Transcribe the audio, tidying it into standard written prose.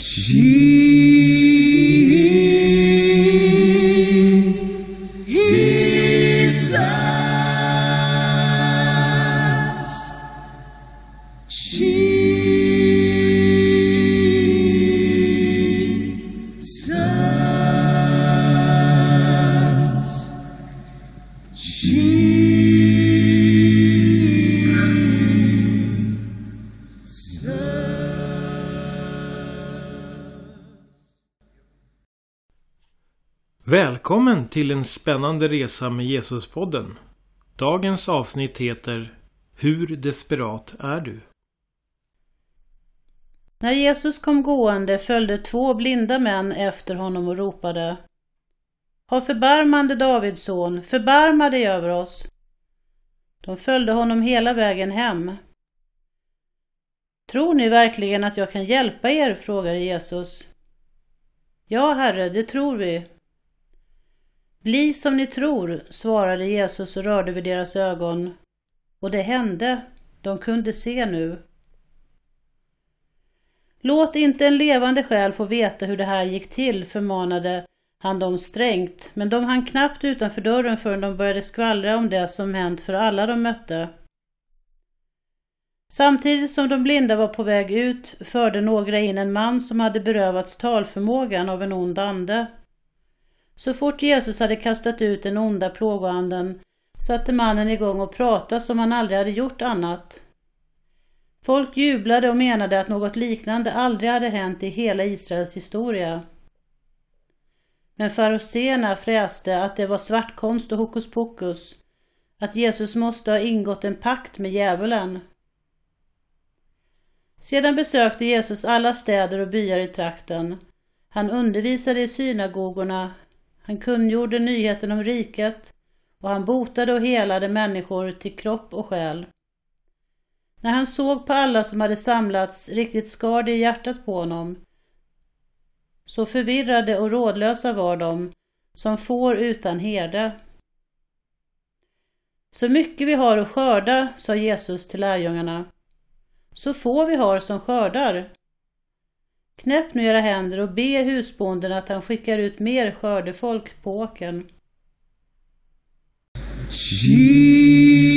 Välkommen till en spännande resa med Jesus-podden. Dagens avsnitt heter Hur desperat är du? När Jesus kom gående följde 2 blinda män efter honom och ropade: Ha förbarmande, Davids son, förbarma dig över oss. De följde honom hela vägen hem. Tror ni verkligen att jag kan hjälpa er? Frågade Jesus. Ja, Herre, det tror vi. Bli som ni tror, svarade Jesus och rörde vid deras ögon. Och det hände, de kunde se nu. Låt inte en levande själ få veta hur det här gick till, förmanade han dem strängt, men de hann knappt utanför dörren förrän de började skvallra om det som hänt för alla de mötte. Samtidigt som de blinda var på väg ut förde några in en man som hade berövats talförmågan av en ond ande. Så fort Jesus hade kastat ut den onda plågoanden satte mannen igång och pratade som han aldrig hade gjort annat. Folk jublade och menade att något liknande aldrig hade hänt i hela Israels historia. Men fariséerna fräste att det var svartkonst och hokus pokus, att Jesus måste ha ingått en pakt med djävulen. Sedan besökte Jesus alla städer och byar i trakten. Han undervisade i synagogorna, han kungjorde nyheten om riket och han botade och helade människor till kropp och själ. När han såg på alla som hade samlats riktigt skar det i hjärtat på honom. Så förvirrade och rådlösa var de, som får utan herde. Så mycket vi har att skörda, sa Jesus till lärjungarna. Så få vi har som skördar. Knäpp nu era händer och be husbonden att han skickar ut mer skördefolk på åkern.